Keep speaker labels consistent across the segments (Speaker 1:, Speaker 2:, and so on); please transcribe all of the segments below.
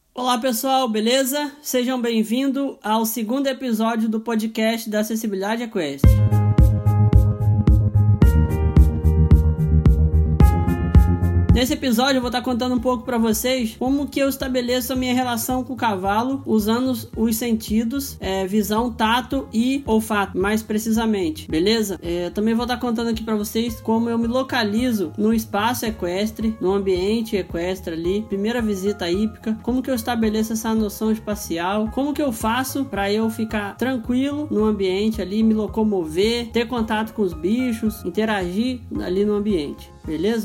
Speaker 1: Olá pessoal, beleza? Sejam bem-vindos ao segundo episódio do podcast da Acessibilidade Equestre. Nesse episódio eu vou estar contando um pouco para vocês como que eu estabeleço a minha relação com o cavalo usando os sentidos, visão, tato e olfato, mais precisamente, beleza? Também vou estar contando aqui para vocês como eu me localizo no espaço equestre, no ambiente equestre ali, primeira visita hípica, como que eu estabeleço essa noção espacial, como que eu faço para eu ficar tranquilo no ambiente ali, me locomover, ter contato com os bichos, interagir ali no ambiente, beleza?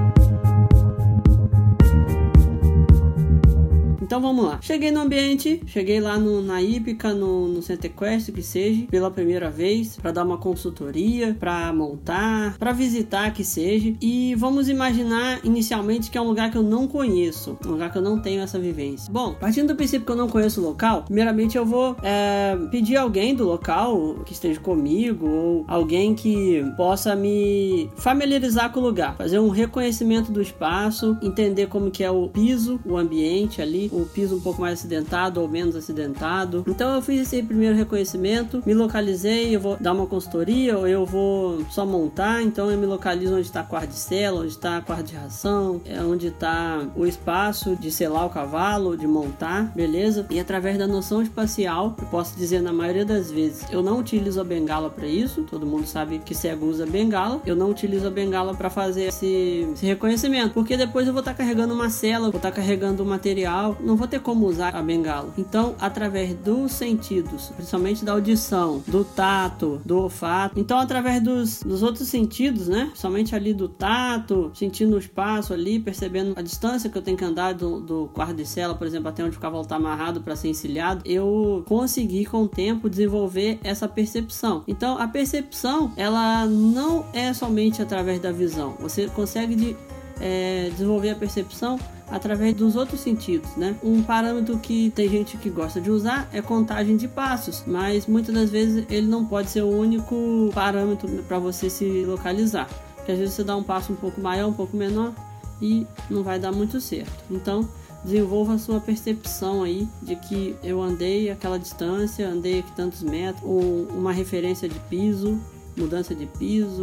Speaker 1: Então vamos lá. Cheguei no ambiente, cheguei lá na hípica, no centro equestre, que seja, pela primeira vez, para dar uma consultoria, para montar, para visitar, que seja. E vamos imaginar inicialmente que é um lugar que eu não conheço, um lugar que eu não tenho essa vivência. Bom, partindo do princípio que eu não conheço o local, primeiramente eu vou pedir alguém do local que esteja comigo, ou alguém que possa me familiarizar com o lugar, fazer um reconhecimento do espaço, entender como que é o piso, o ambiente ali, o piso um pouco mais acidentado ou menos acidentado. Então eu fiz esse primeiro reconhecimento, me localizei, eu vou dar uma consultoria ou eu vou só montar, então eu me localizo onde está a quarto de sela, onde está a quarto de ração, onde está o espaço de selar o cavalo, de montar, beleza? E através da noção espacial, eu posso dizer na maioria das vezes, eu não utilizo a bengala para isso, todo mundo sabe que cego usa bengala, eu não utilizo a bengala para fazer esse reconhecimento, porque depois eu vou estar carregando uma sela, vou estar carregando um material, não vou ter como usar a bengala. Então, através dos sentidos, principalmente da audição, do tato, do olfato, então através dos outros sentidos, né? Principalmente ali do tato, sentindo o espaço ali, percebendo a distância que eu tenho que andar do quarto de sela, por exemplo, até onde o cavalo está amarrado para ser encilhado, eu consegui com o tempo desenvolver essa percepção. Então, a percepção, ela não é somente através da visão. Você consegue desenvolver a percepção através dos outros sentidos, né? Um parâmetro que tem gente que gosta de usar é contagem de passos, mas muitas das vezes ele não pode ser o único parâmetro para você se localizar, porque às vezes você dá um passo um pouco maior, um pouco menor e não vai dar muito certo. Então desenvolva a sua percepção aí de que eu andei aquela distância, andei aqui tantos metros, ou uma referência de piso, mudança de piso,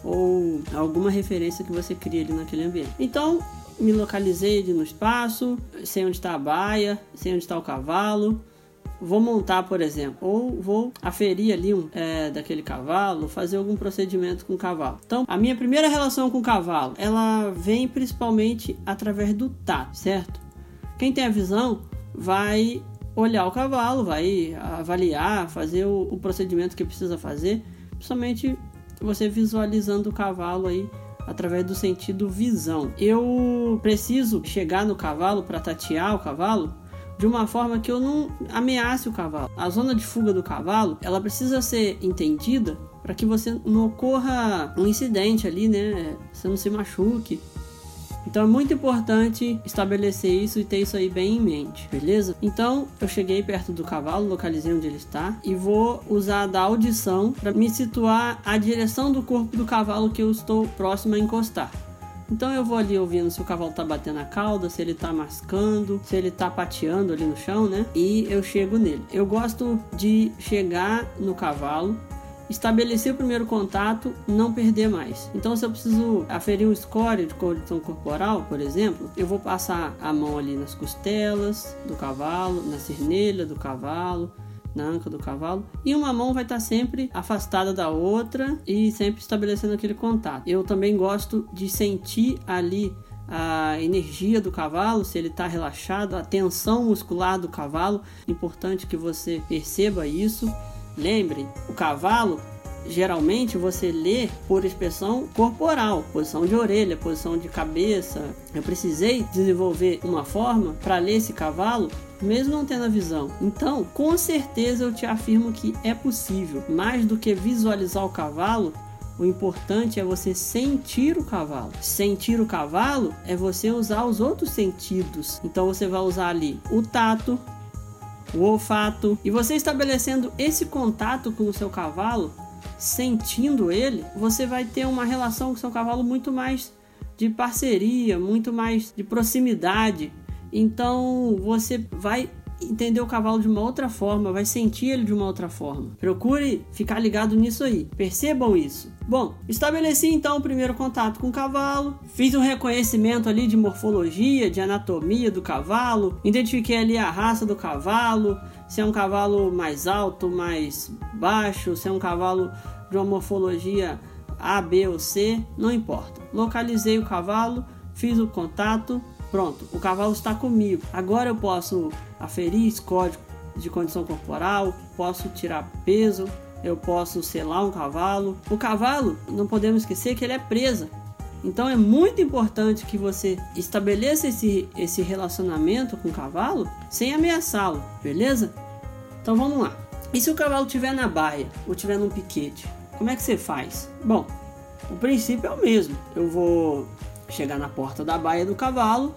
Speaker 1: ou alguma referência que você cria ali naquele ambiente. Então me localizei no espaço, sei onde está a baia, sei onde está o cavalo, vou montar, por exemplo, ou vou aferir ali daquele cavalo, fazer algum procedimento com o cavalo. Então, a minha primeira relação com o cavalo, ela vem principalmente através do tato, certo? Quem tem a visão vai olhar o cavalo, vai avaliar, fazer o procedimento que precisa fazer, principalmente você visualizando o cavalo aí através do sentido visão. Eu preciso chegar no cavalo para tatear o cavalo de uma forma que eu não ameace o cavalo. A zona de fuga do cavalo, ela precisa ser entendida para que você não ocorra um incidente ali, né? Você não se machuque. Então é muito importante estabelecer isso e ter isso aí bem em mente, beleza? Então eu cheguei perto do cavalo, localizei onde ele está e vou usar da audição para me situar a direção do corpo do cavalo que eu estou próximo a encostar. Então eu vou ali ouvindo se o cavalo está batendo a cauda, se ele está mascando, se ele está pateando ali no chão, né? E eu chego nele. Eu gosto de chegar no cavalo, estabelecer o primeiro contato, não perder mais. Então, se eu preciso aferir um score de condição corporal, por exemplo, eu vou passar a mão ali nas costelas do cavalo, na cirnelha do cavalo, na anca do cavalo, e uma mão vai estar sempre afastada da outra e sempre estabelecendo aquele contato. Eu também gosto de sentir ali a energia do cavalo, se ele está relaxado, a tensão muscular do cavalo. Importante que você perceba isso. Lembrem, o cavalo, geralmente você lê por expressão corporal, posição de orelha, posição de cabeça. Eu precisei desenvolver uma forma para ler esse cavalo, mesmo não tendo a visão. Então, com certeza eu te afirmo que é possível. Mais do que visualizar o cavalo, o importante é você sentir o cavalo. Sentir o cavalo é você usar os outros sentidos. Então você vai usar ali o tato, o olfato, e você estabelecendo esse contato com o seu cavalo, sentindo ele, você vai ter uma relação com o seu cavalo muito mais de parceria, muito mais de proximidade. Então você vai entender o cavalo de uma outra forma, vai sentir ele de uma outra forma. Procure ficar ligado nisso aí, percebam isso. Bom, estabeleci então o primeiro contato com o cavalo, fiz um reconhecimento ali de morfologia, de anatomia do cavalo, identifiquei ali a raça do cavalo, se é um cavalo mais alto, mais baixo, se é um cavalo de uma morfologia A, B ou C, não importa. Localizei o cavalo, fiz o contato, pronto, o cavalo está comigo. Agora eu posso aferir código de condição corporal, posso tirar peso, eu posso selar um cavalo. O cavalo, não podemos esquecer que ele é presa. Então é muito importante que você estabeleça esse relacionamento com o cavalo sem ameaçá-lo, beleza? Então vamos lá. E se o cavalo estiver na baia ou estiver num piquete, como é que você faz? Bom, o princípio é o mesmo. Eu vou chegar na porta da baia do cavalo,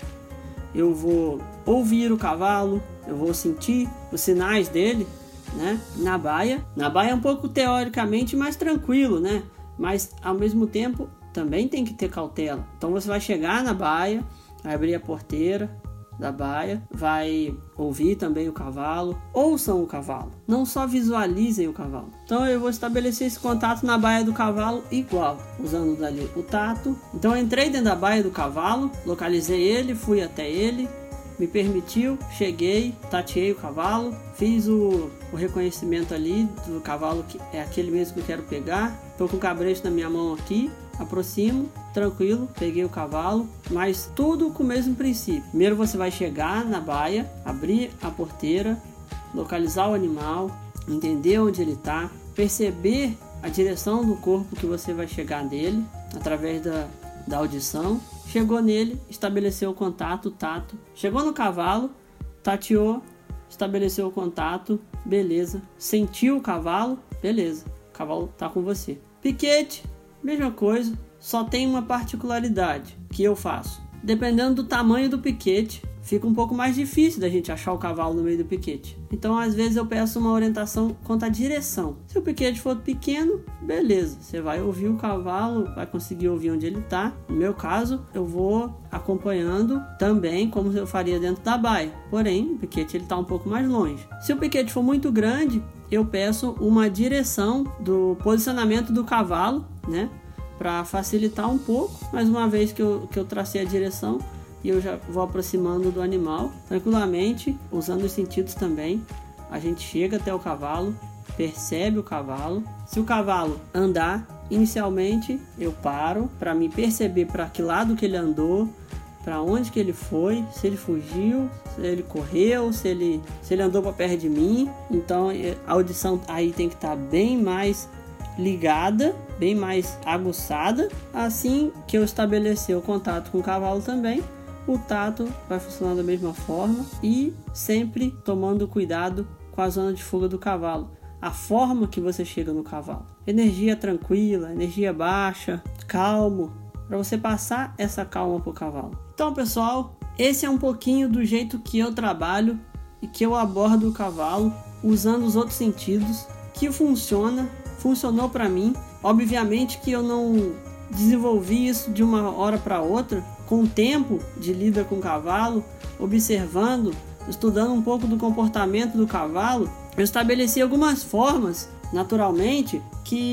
Speaker 1: eu vou ouvir o cavalo, eu vou sentir os sinais dele, né? Na baia é um pouco teoricamente mais tranquilo, né? Mas ao mesmo tempo também tem que ter cautela. Então você vai chegar na baia, vai abrir a porteira da baia, vai ouvir também o cavalo, ouçam o cavalo, não só visualizem o cavalo. Então eu vou estabelecer esse contato na baia do cavalo igual, usando dali o tato. Então eu entrei dentro da baia do cavalo, localizei ele, fui até ele, me permitiu, cheguei, tateei o cavalo, fiz o reconhecimento ali do cavalo, que é aquele mesmo que eu quero pegar. Estou com o cabresto na minha mão aqui, aproximo, tranquilo, peguei o cavalo, mas tudo com o mesmo princípio. Primeiro você vai chegar na baia, abrir a porteira, localizar o animal, entender onde ele está, perceber a direção do corpo que você vai chegar nele, através da audição. Chegou nele, estabeleceu o contato, o tato. Chegou no cavalo, tateou, estabeleceu o contato, beleza. Sentiu o cavalo, beleza. O cavalo tá com você. Piquete, mesma coisa, só tem uma particularidade que eu faço. Dependendo do tamanho do piquete, fica um pouco mais difícil da gente achar o cavalo no meio do piquete. Então, às vezes, eu peço uma orientação quanto à direção. Se o piquete for pequeno, beleza. Você vai ouvir o cavalo, vai conseguir ouvir onde ele está. No meu caso, eu vou acompanhando também, como eu faria dentro da baia. Porém, o piquete está um pouco mais longe. Se o piquete for muito grande, eu peço uma direção do posicionamento do cavalo, né? Para facilitar um pouco. Mas uma vez que eu tracei a direção, e eu já vou aproximando do animal tranquilamente, usando os sentidos também. A gente chega até o cavalo, percebe o cavalo. Se o cavalo andar, inicialmente eu paro para me perceber para que lado que ele andou, para onde que ele foi, se ele fugiu, se ele correu, se ele andou para perto de mim. Então a audição aí tem que estar bem mais ligada, bem mais aguçada. Assim que eu estabelecer o contato com o cavalo também, o tato vai funcionar da mesma forma e sempre tomando cuidado com a zona de fuga do cavalo, a forma que você chega no cavalo. Energia tranquila, energia baixa, calmo, para você passar essa calma para o cavalo. Então, pessoal, esse é um pouquinho do jeito que eu trabalho e que eu abordo o cavalo, usando os outros sentidos, que funcionou para mim. Obviamente que eu não desenvolvi isso de uma hora para outra. Com o tempo de lida com o cavalo, observando, estudando um pouco do comportamento do cavalo, eu estabeleci algumas formas, naturalmente,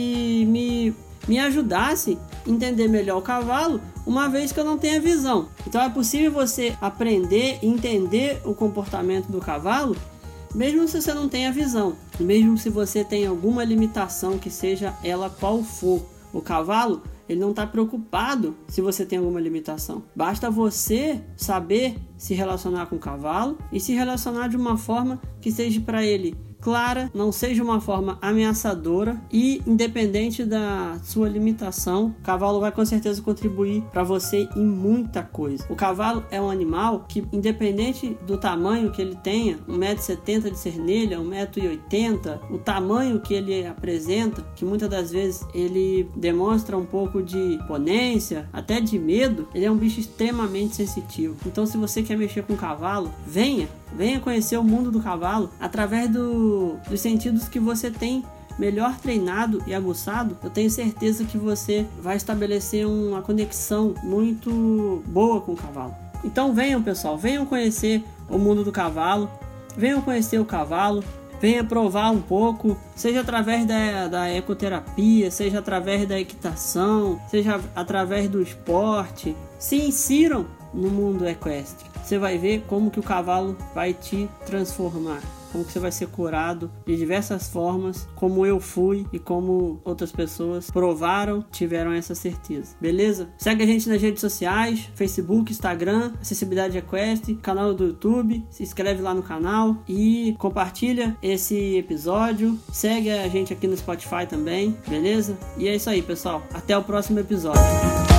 Speaker 1: que me ajudasse a entender melhor o cavalo, uma vez que eu não tenho visão. Então é possível você aprender e entender o comportamento do cavalo, mesmo se você não tenha visão, mesmo se você tem alguma limitação, que seja ela qual for. O cavalo, ele não está preocupado se você tem alguma limitação. Basta você saber se relacionar com o cavalo e se relacionar de uma forma que seja para ele clara, não seja uma forma ameaçadora e independente da sua limitação. O cavalo vai com certeza contribuir para você em muita coisa. O cavalo é um animal que, independente do tamanho que ele tenha, 1,70 m de cernelha, 1,80 m, o tamanho que ele apresenta, que muitas das vezes ele demonstra um pouco de imponência, até de medo, ele é um bicho extremamente sensitivo. Então, se você quer mexer com o cavalo, venha conhecer o mundo do cavalo através dos sentidos que você tem melhor treinado e aguçado. Eu tenho certeza que você vai estabelecer uma conexão muito boa com o cavalo. Então venham, pessoal, venham conhecer o mundo do cavalo, venham conhecer o cavalo, venha provar um pouco, seja através da ecoterapia, seja através da equitação, seja através do esporte. Se insiram no mundo equestre. Você vai ver como que o cavalo vai te transformar, como que você vai ser curado de diversas formas, como eu fui e como outras pessoas provaram, tiveram essa certeza. Beleza? Segue a gente nas redes sociais, Facebook, Instagram, Acessibilidade Equestre, canal do YouTube, se inscreve lá no canal e compartilha esse episódio. Segue a gente aqui no Spotify também, beleza? E é isso aí, pessoal. Até o próximo episódio.